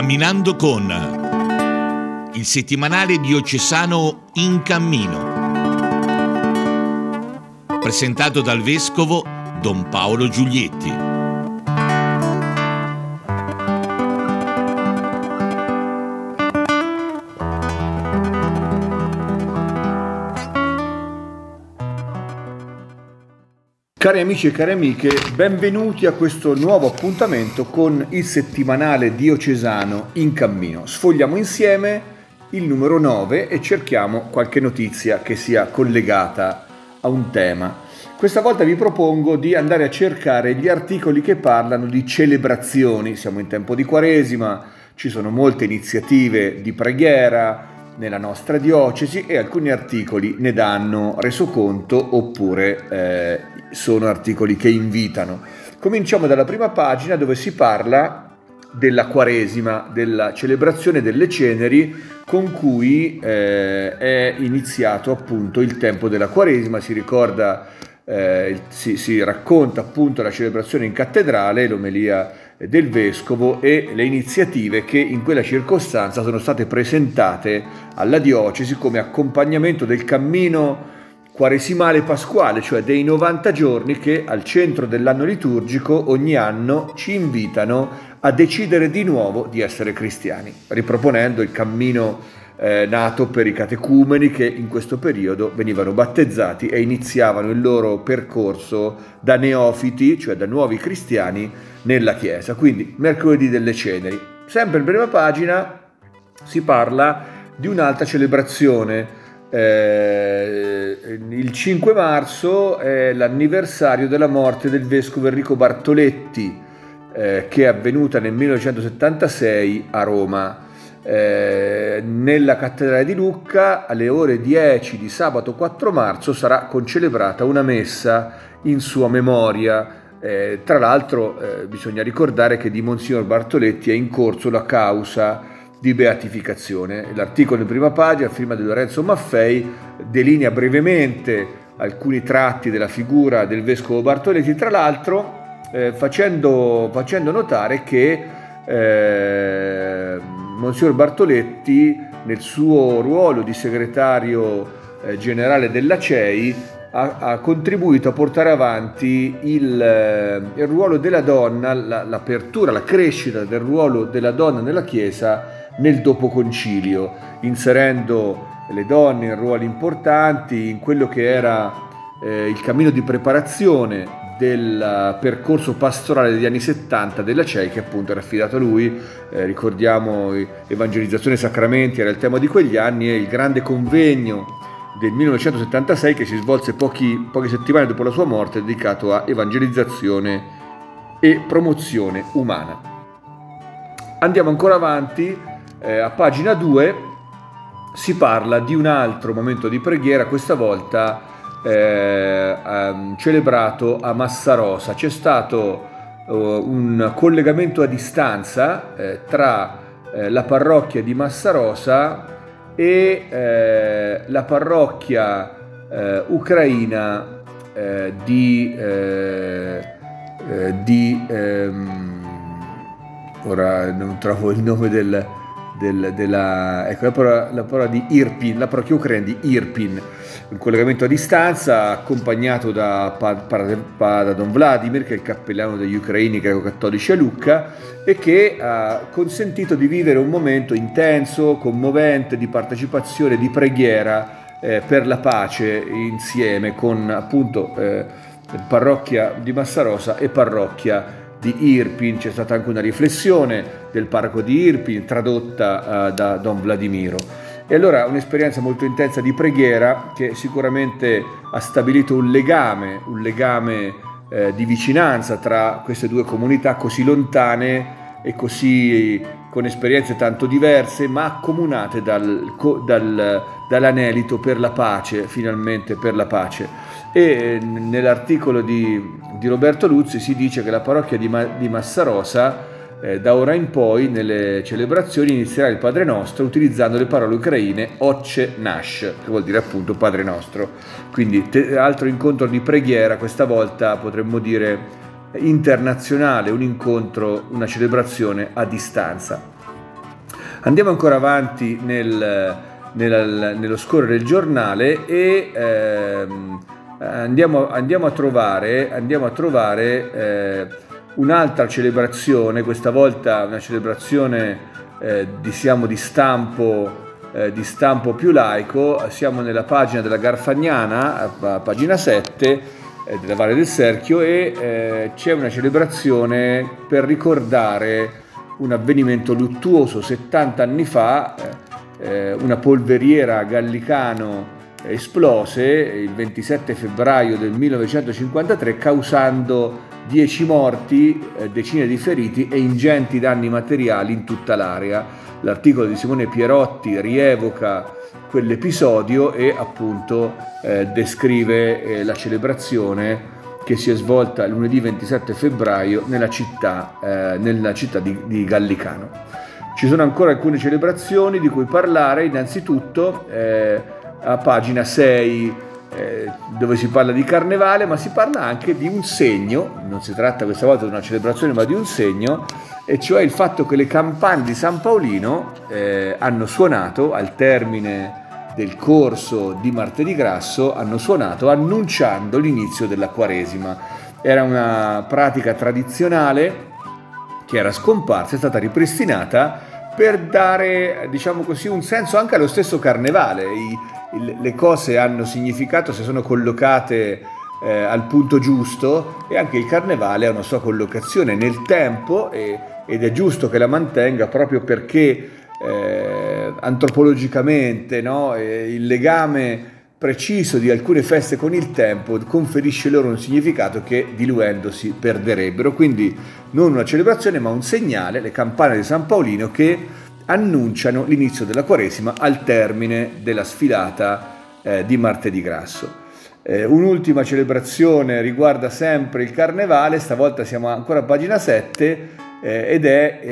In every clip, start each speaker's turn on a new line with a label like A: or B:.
A: Camminando con il settimanale diocesano In Cammino, presentato dal vescovo Don Paolo Giulietti.
B: Cari amici e cari amiche, benvenuti a questo nuovo appuntamento con il settimanale diocesano In Cammino. Sfogliamo insieme il numero 9 e cerchiamo qualche notizia che sia collegata a un tema. Questa volta vi propongo di andare a cercare gli articoli che parlano di celebrazioni. Siamo in tempo di Quaresima, ci sono molte iniziative di preghiera nella nostra diocesi e alcuni articoli ne danno resoconto oppure sono articoli che invitano. Cominciamo dalla prima pagina dove si parla della Quaresima, della celebrazione delle ceneri con cui è iniziato appunto il tempo della Quaresima. Si ricorda, si racconta appunto la celebrazione in cattedrale, l'omelia del vescovo e le iniziative che in quella circostanza sono state presentate alla diocesi come accompagnamento del cammino quaresimale pasquale, cioè dei 90 giorni che al centro dell'anno liturgico ogni anno ci invitano a decidere di nuovo di essere cristiani, riproponendo il cammino nato per i catecumeni che in questo periodo venivano battezzati e iniziavano il loro percorso da neofiti, cioè da nuovi cristiani nella Chiesa. Quindi mercoledì delle ceneri. Sempre in prima pagina si parla di un'altra celebrazione. Il 5 marzo è l'anniversario della morte del vescovo Enrico Bartoletti, che è avvenuta nel 1976 a Roma. Nella cattedrale di Lucca alle ore 10 di sabato 4 marzo sarà concelebrata una messa in sua memoria. Tra l'altro bisogna ricordare che di Monsignor Bartoletti è in corso la causa di beatificazione. L'articolo in prima pagina, a firma di Lorenzo Maffei, delinea brevemente alcuni tratti della figura del vescovo Bartoletti, tra l'altro facendo notare che Monsignor Bartoletti nel suo ruolo di segretario generale della CEI ha contribuito a portare avanti il ruolo della donna, l'apertura, la crescita del ruolo della donna nella Chiesa nel dopo concilio, inserendo le donne in ruoli importanti in quello che era il cammino di preparazione del percorso pastorale degli anni 70 della CEI, che appunto era affidato a lui. Ricordiamo evangelizzazione e sacramenti era il tema di quegli anni, e il grande convegno del 1976 che si svolse poche settimane dopo la sua morte, dedicato a evangelizzazione e promozione umana. Andiamo ancora avanti, a pagina 2 si parla di un altro momento di preghiera, questa volta celebrato a Massarosa. C'è stato un collegamento a distanza tra la parrocchia di Massarosa e la parrocchia ucraina ora non trovo il nome ecco, la parola di Irpin, la parrocchia ucraina di Irpin, un collegamento a distanza accompagnato da Don Vladimir, che è il cappellano degli ucraini greco-cattolici a Lucca, e che ha consentito di vivere un momento intenso, commovente, di partecipazione, di preghiera per la pace insieme con appunto parrocchia di Massarosa e parrocchia di Irpin. C'è stata anche una riflessione del parroco di Irpin tradotta da Don Vladimiro. E allora un'esperienza molto intensa di preghiera che sicuramente ha stabilito un legame di vicinanza tra queste due comunità così lontane e così con esperienze tanto diverse, ma accomunate dall'anelito per la pace, finalmente per la pace. E nell'articolo di Roberto Luzzi si dice che la parrocchia di Massarosa da ora in poi nelle celebrazioni inizierà il Padre Nostro utilizzando le parole ucraine Otche Nash, che vuol dire appunto Padre Nostro. Quindi altro incontro di preghiera, questa volta potremmo dire internazionale, un incontro, una celebrazione a distanza. Andiamo ancora avanti nello scorrere del giornale e andiamo a trovare un'altra celebrazione, questa volta una celebrazione di stampo più laico. Siamo nella pagina della Garfagnana, pagina 7 della Valle del Serchio, e c'è una celebrazione per ricordare un avvenimento luttuoso. 70 anni fa una polveriera a Gallicano esplose il 27 febbraio del 1953, causando 10 morti, decine di feriti e ingenti danni materiali in tutta l'area. L'articolo di Simone Pierotti rievoca quell'episodio e appunto descrive la celebrazione che si è svolta lunedì 27 febbraio nella città di Gallicano. Ci sono ancora alcune celebrazioni di cui parlare. Innanzitutto a pagina 6 dove si parla di carnevale, ma si parla anche di un segno. Non si tratta questa volta di una celebrazione ma di un segno, e cioè il fatto che le campane di San Paolino hanno suonato al termine del corso di Martedì Grasso, hanno suonato annunciando l'inizio della Quaresima. Era una pratica tradizionale che era scomparsa, è stata ripristinata per dare, diciamo così, un senso anche allo stesso carnevale. Le cose hanno significato se sono collocate al punto giusto, e anche il carnevale ha una sua collocazione nel tempo ed è giusto che la mantenga, proprio perché antropologicamente, no, il legame preciso di alcune feste con il tempo conferisce loro un significato che diluendosi perderebbero. Quindi non una celebrazione ma un segnale, le campane di San Paolino che annunciano l'inizio della Quaresima al termine della sfilata di Martedì Grasso. Un'ultima celebrazione riguarda sempre il carnevale, stavolta siamo ancora a pagina 7 ed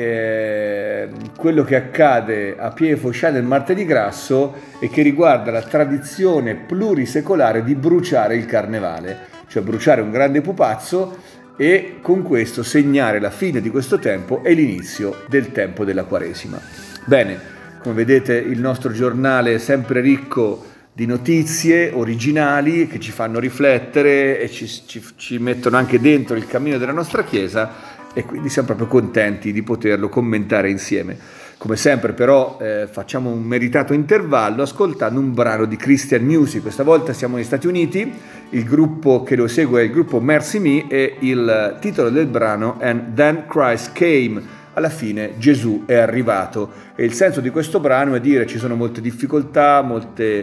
B: è quello che accade a Pie Foscià del Martedì Grasso e che riguarda la tradizione plurisecolare di bruciare il carnevale, cioè bruciare un grande pupazzo e con questo segnare la fine di questo tempo e l'inizio del tempo della Quaresima. Bene, come vedete il nostro giornale è sempre ricco di notizie originali che ci fanno riflettere e ci mettono anche dentro il cammino della nostra Chiesa, e quindi siamo proprio contenti di poterlo commentare insieme. Come sempre però facciamo un meritato intervallo ascoltando un brano di Christian Music. Questa volta siamo negli Stati Uniti, il gruppo che lo segue è il gruppo Mercy Me e il titolo del brano è And Then Christ Came. Alla fine Gesù è arrivato, e il senso di questo brano è dire: ci sono molte difficoltà, molti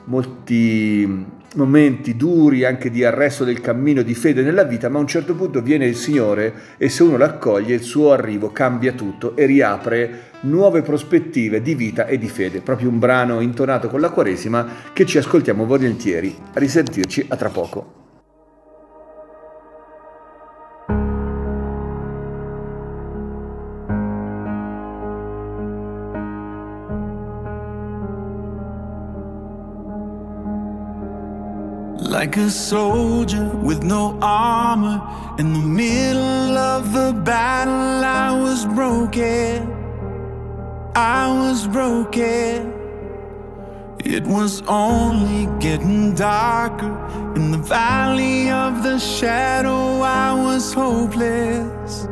B: momenti duri anche di arresto del cammino di fede nella vita, ma a un certo punto viene il Signore e se uno l'accoglie il suo arrivo cambia tutto e riapre nuove prospettive di vita e di fede. Proprio un brano intonato con la Quaresima che ci ascoltiamo volentieri. A risentirci a tra poco.
C: Like a soldier with no armor, in the middle of the battle I was broken. It was only getting darker. In the valley of the shadow I was hopeless.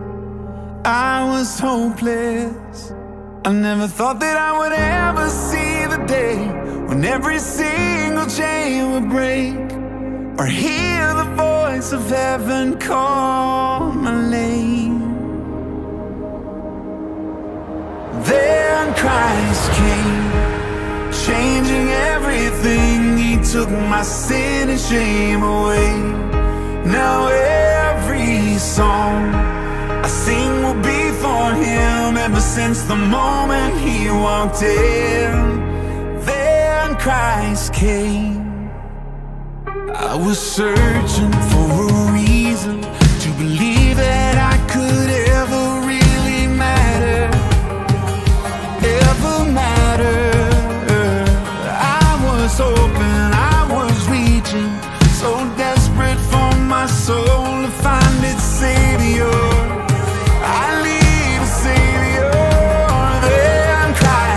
C: I never thought that I would ever see the day when every single chain would break, or hear the voice of heaven call my name. Then Christ came, changing everything. He took my sin and shame away. Now every song I sing will be for Him, ever since the moment He walked in. Then Christ came. I was searching for a reason to believe that I could ever really matter. I was hoping, I was reaching, so desperate for my soul to find its Savior. I need a Savior. Then Christ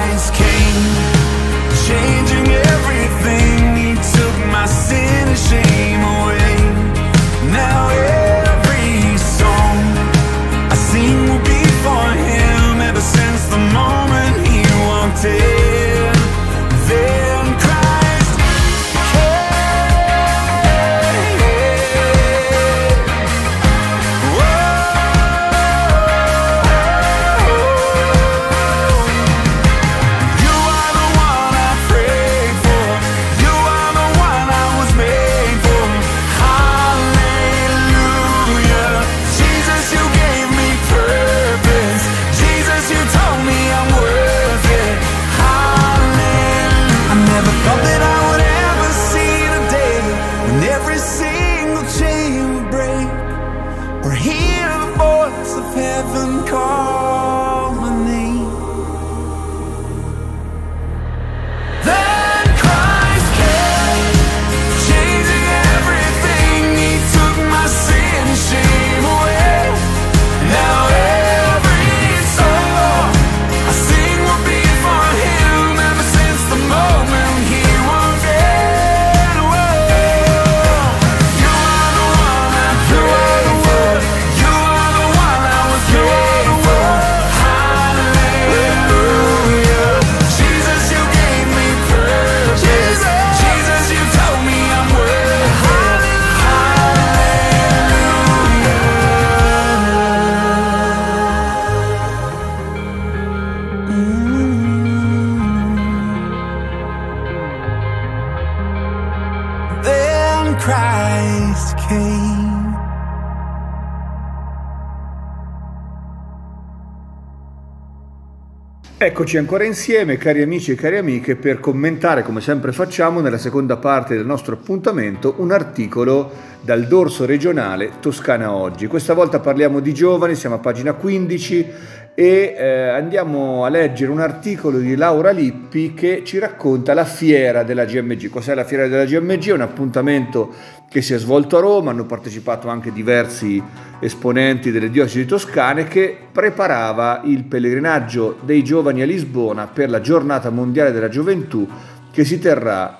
B: Eccoci ancora insieme, cari amici e cari amiche, per commentare, come sempre facciamo, nella seconda parte del nostro appuntamento, un articolo dal dorso regionale Toscana Oggi. Questa volta parliamo di giovani, siamo a pagina 15 e andiamo a leggere un articolo di Laura Lippi che ci racconta la fiera della GMG. Cos'è la fiera della GMG? È un appuntamento che si è svolto a Roma, hanno partecipato anche diversi esponenti delle diocesi toscane, che preparava il pellegrinaggio dei giovani a Lisbona per la giornata mondiale della gioventù che si terrà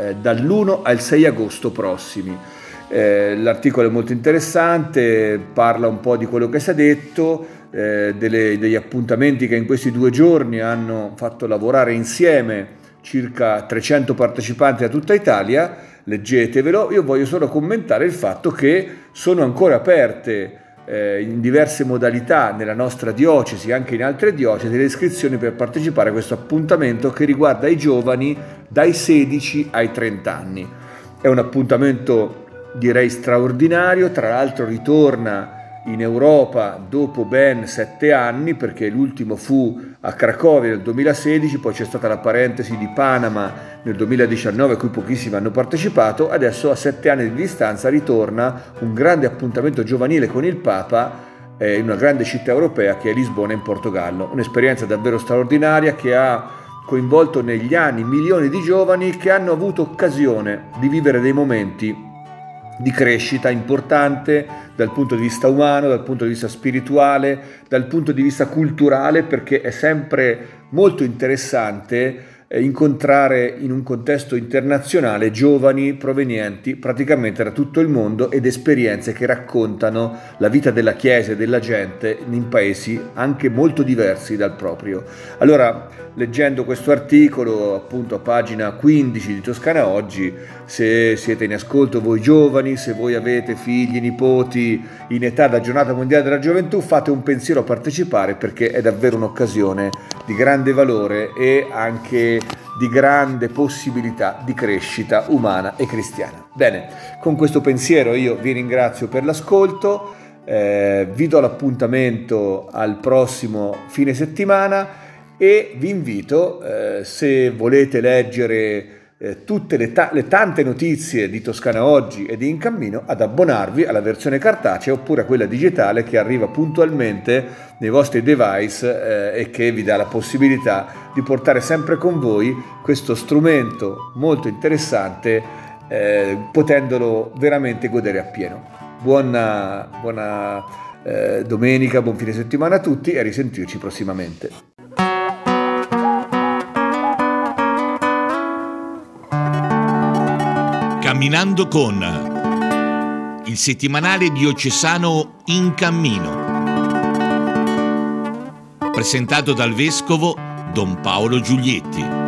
B: dall'1 al 6 agosto prossimi. L'articolo è molto interessante, parla un po' di quello che si è detto, degli appuntamenti che in questi 2 giorni hanno fatto lavorare insieme circa 300 partecipanti da tutta Italia. Leggetevelo. Io voglio solo commentare il fatto che sono ancora aperte in diverse modalità nella nostra diocesi, anche in altre diocesi, le iscrizioni per partecipare a questo appuntamento che riguarda i giovani dai 16 ai 30 anni. È un appuntamento, direi, straordinario. Tra l'altro ritorna in Europa dopo ben 7 anni, perché l'ultimo fu a Cracovia nel 2016, poi c'è stata la parentesi di Panama nel 2019 a cui pochissimi hanno partecipato. Adesso, a 7 anni di distanza, ritorna un grande appuntamento giovanile con il Papa in una grande città europea che è Lisbona, in Portogallo. Un'esperienza davvero straordinaria che ha coinvolto negli anni milioni di giovani che hanno avuto occasione di vivere dei momenti di crescita importante dal punto di vista umano, dal punto di vista spirituale, dal punto di vista culturale, perché è sempre molto interessante incontrare in un contesto internazionale giovani provenienti praticamente da tutto il mondo ed esperienze che raccontano la vita della Chiesa e della gente in paesi anche molto diversi dal proprio. Allora, leggendo questo articolo, appunto a pagina 15 di Toscana Oggi, se siete in ascolto voi giovani, se voi avete figli, nipoti in età da Giornata Mondiale della Gioventù, fate un pensiero a partecipare, perché è davvero un'occasione di grande valore e anche di grande possibilità di crescita umana e cristiana. Bene, con questo pensiero io vi ringrazio per l'ascolto, vi do l'appuntamento al prossimo fine settimana e vi invito, se volete leggere tutte le tante notizie di Toscana Oggi e di In Cammino, ad abbonarvi alla versione cartacea oppure a quella digitale che arriva puntualmente nei vostri device e che vi dà la possibilità di portare sempre con voi questo strumento molto interessante, potendolo veramente godere appieno. Buona domenica, buon fine settimana a tutti e a risentirci prossimamente.
A: Camminando con il settimanale diocesano In Cammino, presentato dal vescovo Don Paolo Giulietti.